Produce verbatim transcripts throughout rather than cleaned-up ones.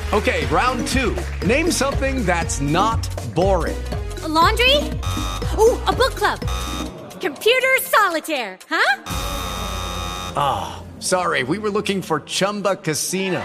Okay, round two. Name something that's not boring. A laundry? Ooh, a book club. Computer solitaire, huh? Ah, oh, sorry, we were looking for Chumba Casino.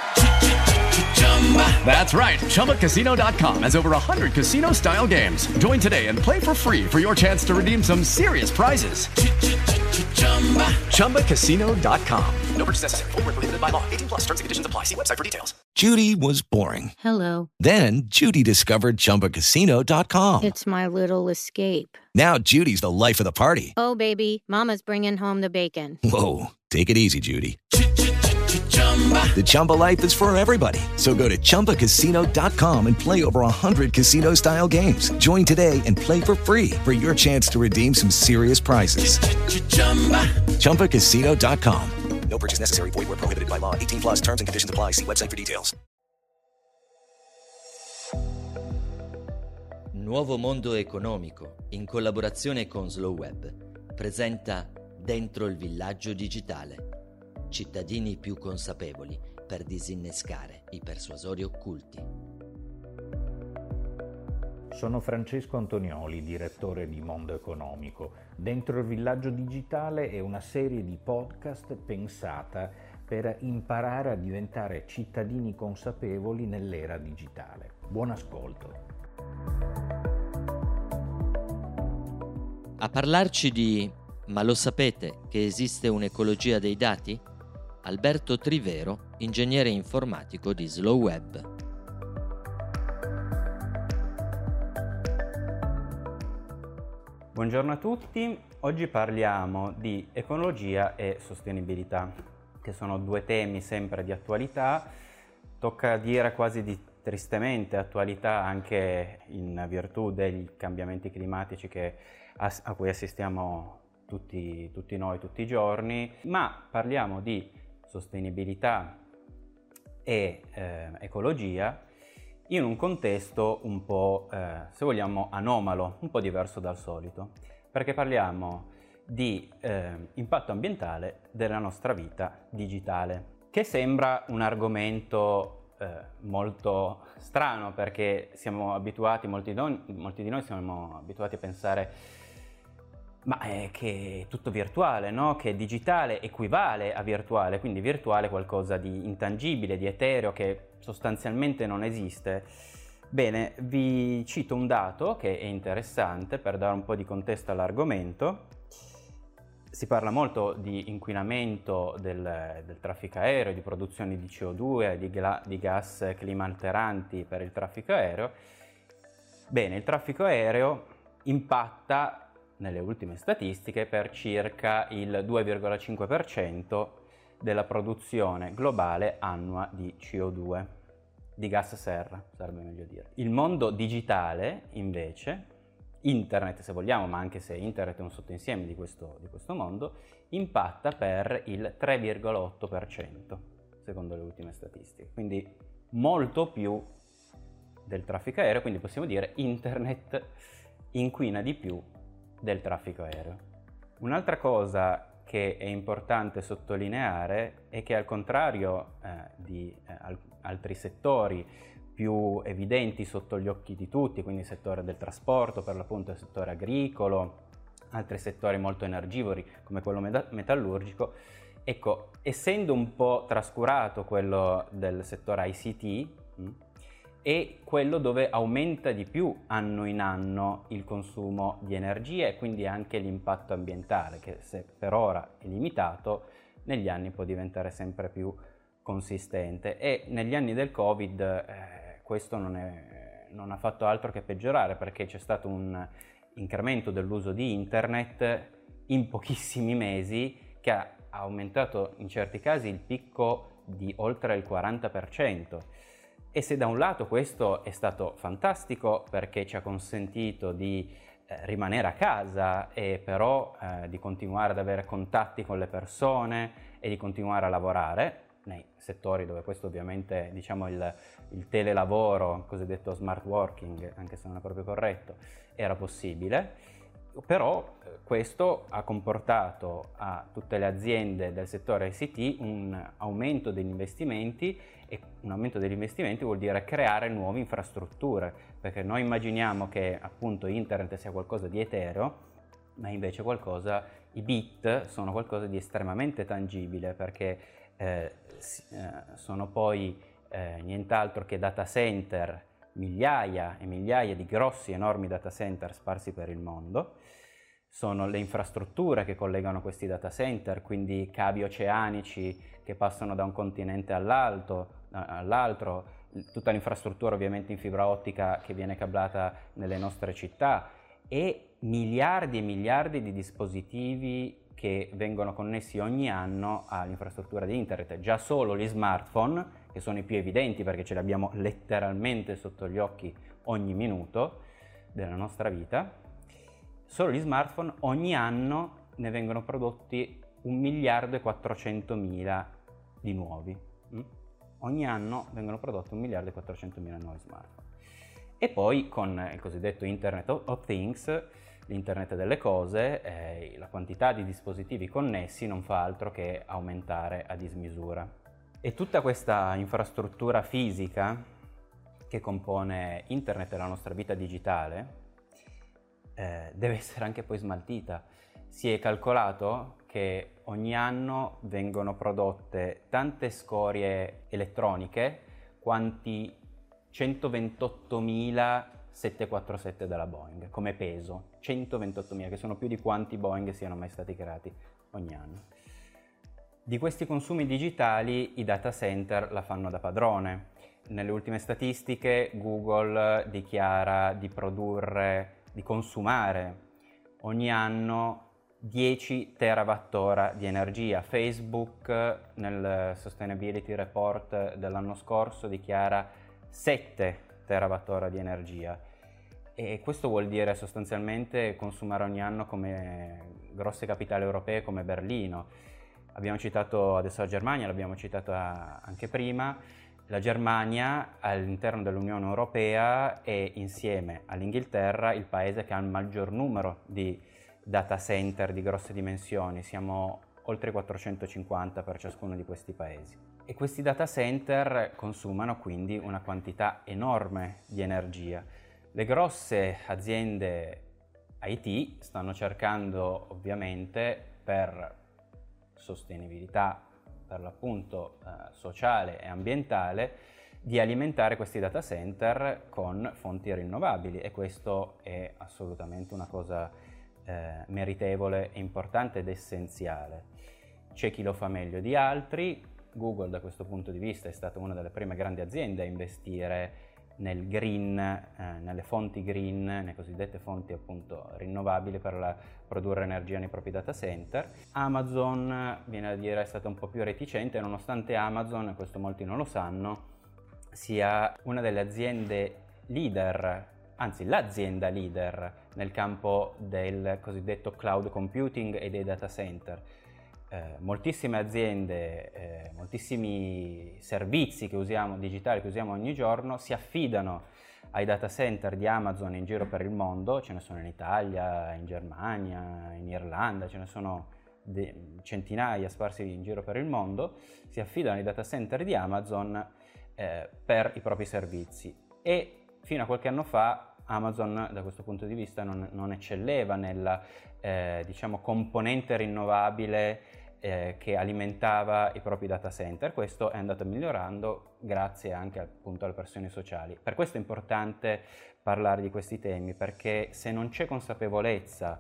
That's right, Chumba Casino dot com has over one hundred casino-style games. Join today and play for free for your chance to redeem some serious prizes. Chumba Casino dot com. No purchase necessary. Void where prohibited by law. eighteen plus terms and conditions apply. See website for details. Judy was boring. Hello. Then Judy discovered Chumba Casino dot com. It's my little escape. Now Judy's the life of the party. Oh, baby, mama's bringing home the bacon. Whoa, take it easy, Judy. The Chumba life is for everybody. So go to Chumba Casino dot com and play over one hundred casino-style games. Join today and play for free for your chance to redeem some serious prizes. Chumba Casino dot com. No purchase necessary. Void where prohibited by law. eighteen plus terms and conditions apply. See website for details. Nuovo Mondo Economico, in collaborazione con Slow Web, presenta Dentro il villaggio digitale. Cittadini più consapevoli per disinnescare i persuasori occulti. Sono Francesco Antonioli, direttore di Mondo Economico. Dentro il villaggio digitale è una serie di podcast pensata per imparare a diventare cittadini consapevoli nell'era digitale. Buon ascolto. A parlarci di "Ma lo sapete che esiste un'ecologia dei dati?" Alberto Trivero, ingegnere informatico di Slow Web. Buongiorno a tutti, oggi parliamo di ecologia e sostenibilità, che sono due temi sempre di attualità, tocca dire quasi di tristemente attualità anche in virtù dei cambiamenti climatici che, a, a cui assistiamo tutti, tutti noi tutti i giorni, ma parliamo di sostenibilità e eh, ecologia in un contesto un po', eh, se vogliamo, anomalo, un po' diverso dal solito, perché parliamo di eh, impatto ambientale della nostra vita digitale, che sembra un argomento eh, molto strano, perché siamo abituati, molti di noi, molti di noi siamo abituati a pensare ma è che è tutto virtuale, no? Che digitale equivale a virtuale, quindi virtuale è qualcosa di intangibile, di etereo, che sostanzialmente non esiste. Bene, vi cito un dato che è interessante per dare un po' di contesto all'argomento. Si parla molto di inquinamento del, del traffico aereo, di produzione di C O due, di, gla, di gas climalteranti per il traffico aereo. Bene, il traffico aereo impatta nelle ultime statistiche per circa il due virgola cinque per cento della produzione globale annua di C O due, di gas serra, sarebbe meglio dire. Il mondo digitale, invece, internet se vogliamo, ma anche se internet è un sottoinsieme di questo, di questo mondo, impatta per il tre virgola otto per cento, secondo le ultime statistiche. Quindi molto più del traffico aereo, quindi possiamo dire internet inquina di più del traffico aereo. Un'altra cosa che è importante sottolineare è che al contrario eh, di eh, al- altri settori più evidenti sotto gli occhi di tutti, quindi il settore del trasporto, per l'appunto il settore agricolo, altri settori molto energivori come quello meta- metallurgico, ecco, essendo un po' trascurato quello del settore I C T, mh, è quello dove aumenta di più anno in anno il consumo di energia e quindi anche l'impatto ambientale, che se per ora è limitato, negli anni può diventare sempre più consistente. E negli anni del Covid eh, questo non, è, non ha fatto altro che peggiorare, perché c'è stato un incremento dell'uso di internet in pochissimi mesi che ha aumentato in certi casi il picco di oltre il quaranta per cento. E se da un lato questo è stato fantastico perché ci ha consentito di eh, rimanere a casa e però eh, di continuare ad avere contatti con le persone e di continuare a lavorare nei settori dove questo ovviamente, diciamo, il, il telelavoro, cosiddetto smart working, anche se non è proprio corretto, era possibile, Però eh, questo ha comportato a tutte le aziende del settore I C T un aumento degli investimenti, e un aumento degli investimenti vuol dire creare nuove infrastrutture, perché noi immaginiamo che appunto internet sia qualcosa di etereo, ma invece qualcosa, i bit sono qualcosa di estremamente tangibile, perché eh, eh, sono poi eh, nient'altro che data center, migliaia e migliaia di grossi enormi data center sparsi per il mondo. Sono le infrastrutture che collegano questi data center, quindi cavi oceanici che passano da un continente all'altro, all'altro, tutta l'infrastruttura ovviamente in fibra ottica che viene cablata nelle nostre città, e miliardi e miliardi di dispositivi che vengono connessi ogni anno all'infrastruttura di internet. Già solo gli smartphone, che sono i più evidenti perché ce li abbiamo letteralmente sotto gli occhi ogni minuto della nostra vita, solo gli smartphone ogni anno ne vengono prodotti un miliardo e quattrocentomila di nuovi. Mm? Ogni anno vengono prodotti un miliardo e quattrocentomila nuovi smartphone. E poi con il cosiddetto Internet of Things, l'internet delle cose, eh, la quantità di dispositivi connessi non fa altro che aumentare a dismisura. E tutta questa infrastruttura fisica che compone internet e la nostra vita digitale eh, deve essere anche poi smaltita. Si è calcolato che ogni anno vengono prodotte tante scorie elettroniche quanti centoventottomila sette quattro sette della Boeing come peso, centoventottomila, che sono più di quanti Boeing siano mai stati creati ogni anno. Di questi consumi digitali i data center la fanno da padrone. Nelle ultime statistiche Google dichiara di produrre, di consumare ogni anno dieci terawattora di energia. Facebook nel Sustainability Report dell'anno scorso dichiara sette terawattora di energia, e questo vuol dire sostanzialmente consumare ogni anno come grosse capitali europee come Berlino. Abbiamo citato adesso la Germania, l'abbiamo citato anche prima. La Germania all'interno dell'Unione Europea è, insieme all'Inghilterra, il paese che ha il maggior numero di data center di grosse dimensioni. Siamo oltre quattrocentocinquanta per ciascuno di questi paesi. E questi data center consumano quindi una quantità enorme di energia. Le grosse aziende I T stanno cercando ovviamente, per sostenibilità per l'appunto eh, sociale e ambientale, di alimentare questi data center con fonti rinnovabili, e questo è assolutamente una cosa eh, meritevole, importante ed essenziale. C'è chi lo fa meglio di altri. Google da questo punto di vista è stata una delle prime grandi aziende a investire nel green, eh, nelle fonti green, nelle cosiddette fonti appunto rinnovabili per la, produrre energia nei propri data center. Amazon, viene a dire, è stata un po' più reticente, nonostante Amazon, questo molti non lo sanno, sia una delle aziende leader, anzi l'azienda leader nel campo del cosiddetto cloud computing e dei data center. Eh, moltissime aziende, eh, moltissimi servizi che usiamo, digitali che usiamo ogni giorno, si affidano ai data center di Amazon in giro per il mondo. Ce ne sono in Italia, in Germania, in Irlanda, ce ne sono de- centinaia sparsi in giro per il mondo. Si affidano ai data center di Amazon eh, per i propri servizi, e fino a qualche anno fa Amazon da questo punto di vista non, non eccelleva nella eh, diciamo componente rinnovabile eh, che alimentava i propri data center. Questo è andato migliorando grazie anche appunto alle pressioni sociali. Per questo è importante parlare di questi temi, perché se non c'è consapevolezza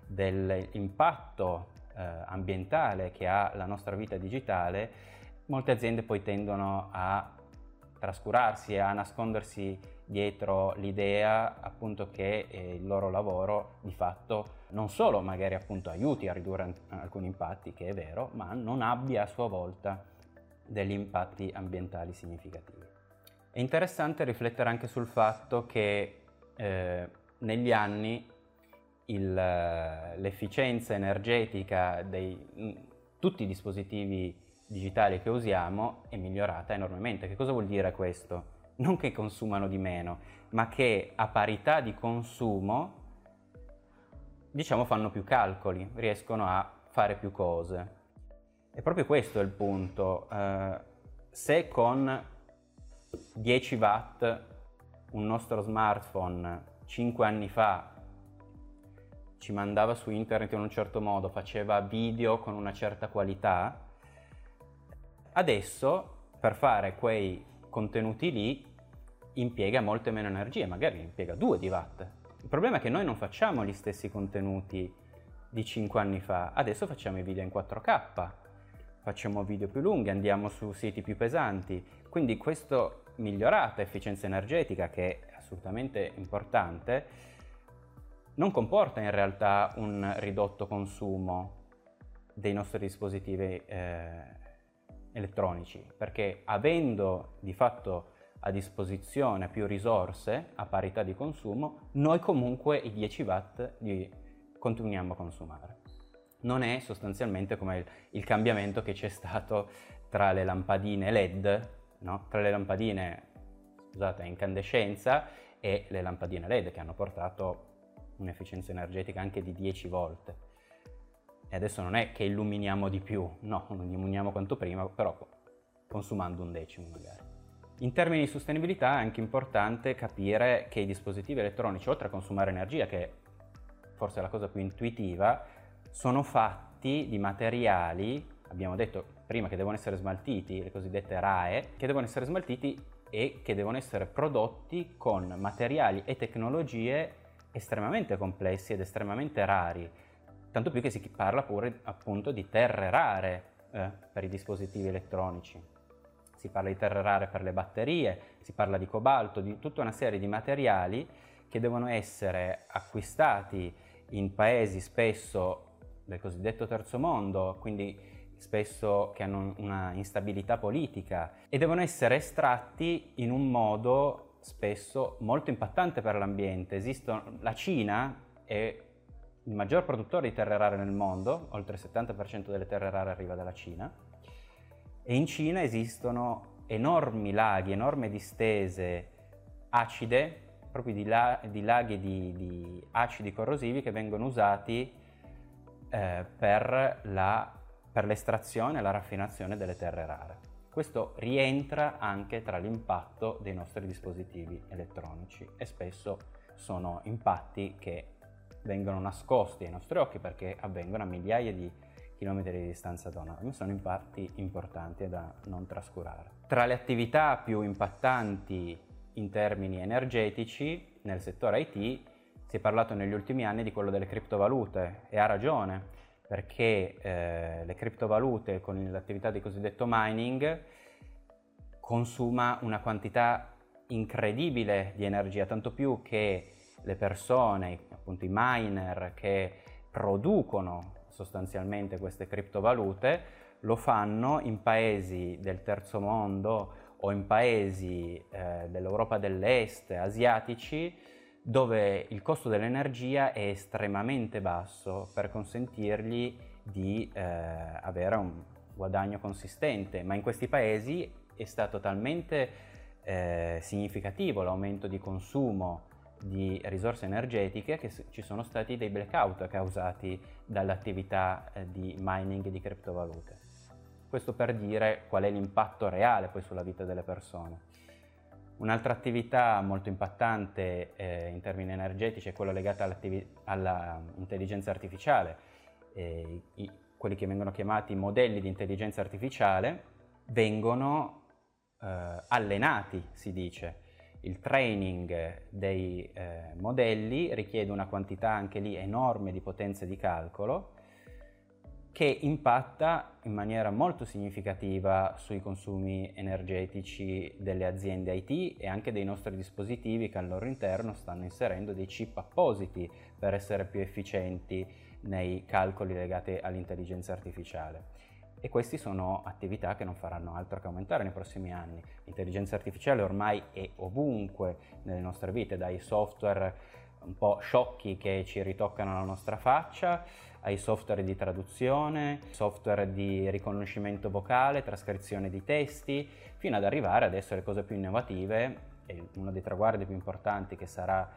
dell'impatto eh, ambientale che ha la nostra vita digitale, molte aziende poi tendono a trascurarsi e a nascondersi dietro l'idea appunto che eh, il loro lavoro di fatto non solo magari appunto aiuti a ridurre alcuni impatti, che è vero, ma non abbia a sua volta degli impatti ambientali significativi. È interessante riflettere anche sul fatto che eh, negli anni il, l'efficienza energetica di tutti i dispositivi digitali che usiamo è migliorata enormemente. Che cosa vuol dire questo? Non che consumano di meno, ma che a parità di consumo diciamo fanno più calcoli, riescono a fare più cose. E proprio questo è il punto. Eh, se con dieci watt un nostro smartphone cinque anni fa ci mandava su internet in un certo modo, faceva video con una certa qualità, adesso per fare quei contenuti lì impiega molte meno energie, magari impiega due di watt. Il problema è che noi non facciamo gli stessi contenuti di cinque anni fa, adesso facciamo i video in quattro K, facciamo video più lunghi, andiamo su siti più pesanti, quindi questa migliorata efficienza energetica, che è assolutamente importante, non comporta in realtà un ridotto consumo dei nostri dispositivi eh, elettronici, perché avendo di fatto a disposizione più risorse a parità di consumo, noi comunque i dieci watt li continuiamo a consumare. Non è sostanzialmente come il, il cambiamento che c'è stato tra le lampadine L E D, no? tra le lampadine scusate, a incandescenza e le lampadine L E D, che hanno portato un'efficienza energetica anche di dieci volte. E adesso non è che illuminiamo di più, no, non illuminiamo quanto prima, però consumando un decimo magari. In termini di sostenibilità è anche importante capire che i dispositivi elettronici, oltre a consumare energia, che forse è la cosa più intuitiva, sono fatti di materiali, abbiamo detto prima che devono essere smaltiti, le cosiddette R A E, che devono essere smaltiti e che devono essere prodotti con materiali e tecnologie estremamente complessi ed estremamente rari, tanto più che si parla pure appunto di terre rare eh, per i dispositivi elettronici. Si parla di terre rare per le batterie, si parla di cobalto, di tutta una serie di materiali che devono essere acquistati in paesi spesso del cosiddetto terzo mondo, quindi spesso che hanno una instabilità politica, e devono essere estratti in un modo spesso molto impattante per l'ambiente. Esistono, la Cina è il maggior produttore di terre rare nel mondo, oltre il settanta per cento delle terre rare arriva dalla Cina, e in Cina esistono enormi laghi, enormi distese acide, proprio di, la, di laghi di, di acidi corrosivi che vengono usati eh, per, la, per l'estrazione e la raffinazione delle terre rare. Questo rientra anche tra l'impatto dei nostri dispositivi elettronici e spesso sono impatti che vengono nascosti ai nostri occhi perché avvengono a migliaia di chilometri di distanza da noi, ma sono impatti importanti da non trascurare. Tra le attività più impattanti in termini energetici nel settore I T si è parlato negli ultimi anni di quello delle criptovalute, e ha ragione, perché eh, le criptovalute con l'attività di cosiddetto mining consuma una quantità incredibile di energia, tanto più che le persone, appunto i miner che producono sostanzialmente queste criptovalute, lo fanno in paesi del terzo mondo o in paesi eh, dell'Europa dell'Est, asiatici, dove il costo dell'energia è estremamente basso per consentirgli di eh, avere un guadagno consistente, ma in questi paesi è stato talmente eh, significativo l'aumento di consumo di risorse energetiche che ci sono stati dei blackout causati dall'attività eh, di mining di criptovalute. Questo per dire qual è l'impatto reale poi sulla vita delle persone. Un'altra attività molto impattante eh, in termini energetici è quella legata all'intelligenza artificiale. Eh, i, quelli che vengono chiamati modelli di intelligenza artificiale vengono eh, allenati, si dice. Il training dei eh, modelli richiede una quantità anche lì enorme di potenze di calcolo che impatta in maniera molto significativa sui consumi energetici delle aziende I T e anche dei nostri dispositivi che al loro interno stanno inserendo dei chip appositi per essere più efficienti nei calcoli legati all'intelligenza artificiale. E queste sono attività che non faranno altro che aumentare nei prossimi anni. L'intelligenza artificiale ormai è ovunque nelle nostre vite, dai software un po' sciocchi che ci ritoccano la nostra faccia, ai software di traduzione, software di riconoscimento vocale, trascrizione di testi, fino ad arrivare adesso alle cose più innovative, e uno dei traguardi più importanti che sarà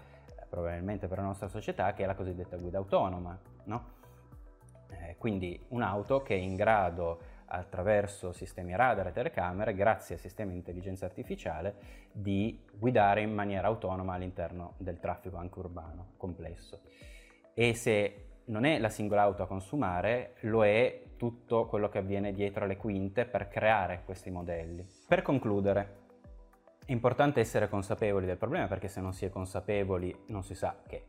probabilmente per la nostra società, che è la cosiddetta guida autonoma, no? Eh, quindi un'auto che è in grado, attraverso sistemi radar e telecamere, grazie a sistemi di intelligenza artificiale, di guidare in maniera autonoma all'interno del traffico anche urbano complesso. E se non è la singola auto a consumare, lo è tutto quello che avviene dietro le quinte per creare questi modelli. Per concludere, è importante essere consapevoli del problema, perché se non si è consapevoli non si sa che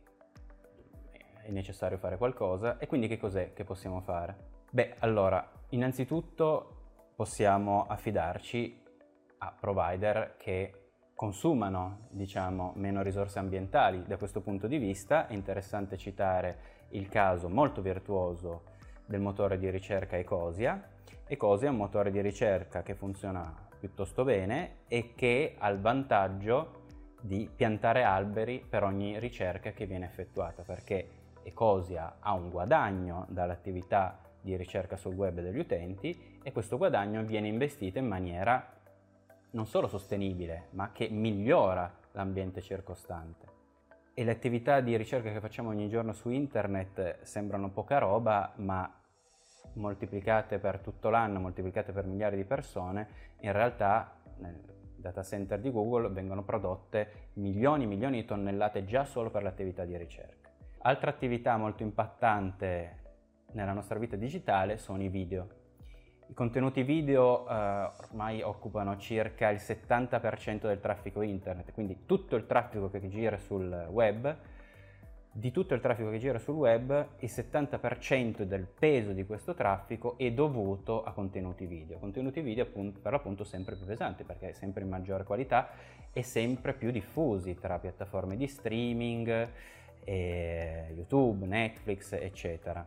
è necessario fare qualcosa. E quindi che cos'è che possiamo fare? Beh, allora, innanzitutto possiamo affidarci a provider che consumano, diciamo, meno risorse ambientali. Da questo punto di vista è interessante citare il caso molto virtuoso del motore di ricerca Ecosia. Ecosia è un motore di ricerca che funziona piuttosto bene e che ha il vantaggio di piantare alberi per ogni ricerca che viene effettuata, perché Ecosia ha un guadagno dall'attività di ricerca sul web degli utenti, e questo guadagno viene investito in maniera non solo sostenibile, ma che migliora l'ambiente circostante. E le attività di ricerca che facciamo ogni giorno su internet sembrano poca roba, ma moltiplicate per tutto l'anno, moltiplicate per miliardi di persone, in realtà nel data center di Google vengono prodotte milioni e milioni di tonnellate già solo per l'attività di ricerca. Altra attività molto impattante nella nostra vita digitale sono i video. I contenuti video eh, ormai occupano circa il settanta per cento del traffico internet, quindi tutto il traffico che gira sul web, di tutto il traffico che gira sul web, il settanta per cento del peso di questo traffico è dovuto a contenuti video. Contenuti video appunto, per l'appunto sempre più pesanti, perché sempre in maggiore qualità e sempre più diffusi tra piattaforme di streaming, eh, YouTube, Netflix, eccetera.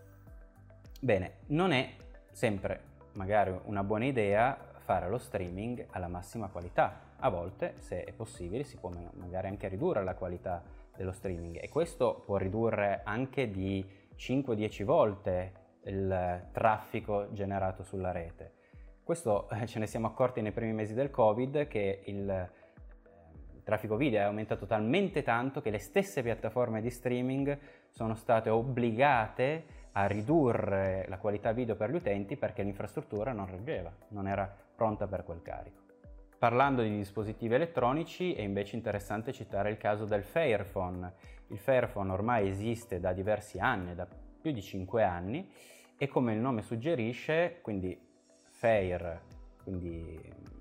Bene, non è sempre magari una buona idea fare lo streaming alla massima qualità. A volte, se è possibile, si può magari anche ridurre la qualità dello streaming, e questo può ridurre anche di cinque dieci volte il traffico generato sulla rete. Questo eh, ce ne siamo accorti nei primi mesi del Covid, che il, eh, il traffico video è aumentato talmente tanto che le stesse piattaforme di streaming sono state obbligate a ridurre la qualità video per gli utenti, perché l'infrastruttura non reggeva, non era pronta per quel carico. Parlando di dispositivi elettronici, è invece interessante citare il caso del Fairphone. Il Fairphone ormai esiste da diversi anni, da più di cinque anni, e come il nome suggerisce, quindi fair, quindi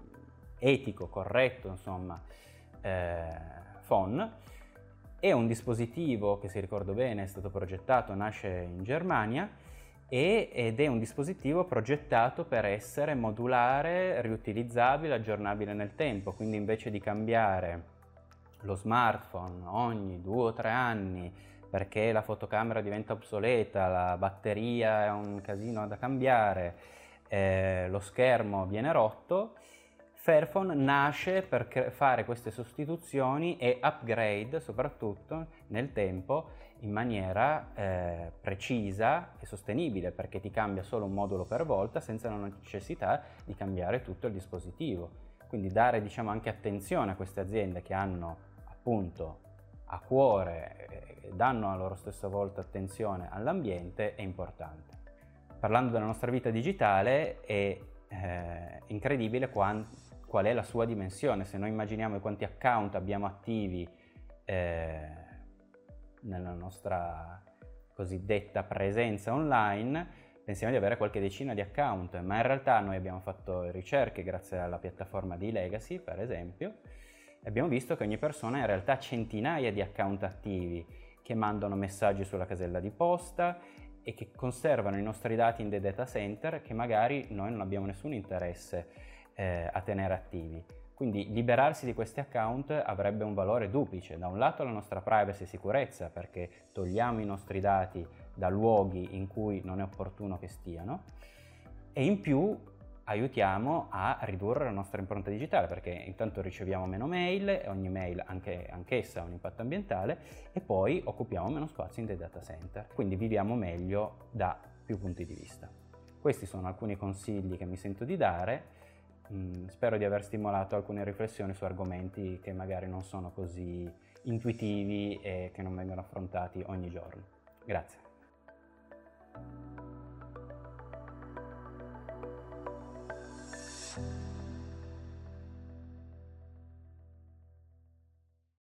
etico, corretto, insomma, eh, phone, è un dispositivo che, se ricordo bene, è stato progettato, nasce in Germania, e, ed è un dispositivo progettato per essere modulare, riutilizzabile, aggiornabile nel tempo. Quindi invece di cambiare lo smartphone ogni due o tre anni perché la fotocamera diventa obsoleta, la batteria è un casino da cambiare, eh, lo schermo viene rotto, Fairphone nasce per fare queste sostituzioni e upgrade soprattutto nel tempo in maniera eh, precisa e sostenibile, perché ti cambia solo un modulo per volta senza la necessità di cambiare tutto il dispositivo. Quindi dare, diciamo, anche attenzione a queste aziende che hanno appunto a cuore e danno a loro stessa volta attenzione all'ambiente è importante. Parlando della nostra vita digitale, è eh, incredibile quanto qual è la sua dimensione. Se noi immaginiamo quanti account abbiamo attivi eh, nella nostra cosiddetta presenza online, pensiamo di avere qualche decina di account, ma in realtà noi abbiamo fatto ricerche grazie alla piattaforma di Legacy, per esempio, e abbiamo visto che ogni persona ha in realtà centinaia di account attivi che mandano messaggi sulla casella di posta e che conservano i nostri dati in dei data center che magari noi non abbiamo nessun interesse Eh, a tenere attivi. Quindi liberarsi di questi account avrebbe un valore duplice: da un lato la nostra privacy e sicurezza, perché togliamo i nostri dati da luoghi in cui non è opportuno che stiano, e in più aiutiamo a ridurre la nostra impronta digitale, perché intanto riceviamo meno mail, e ogni mail anche, anch'essa ha un impatto ambientale, e poi occupiamo meno spazio in dei data center, quindi viviamo meglio da più punti di vista. Questi sono alcuni consigli che mi sento di dare. mh, spero di aver stimolato alcune riflessioni su argomenti che magari non sono così intuitivi e che non vengono affrontati ogni giorno. Grazie.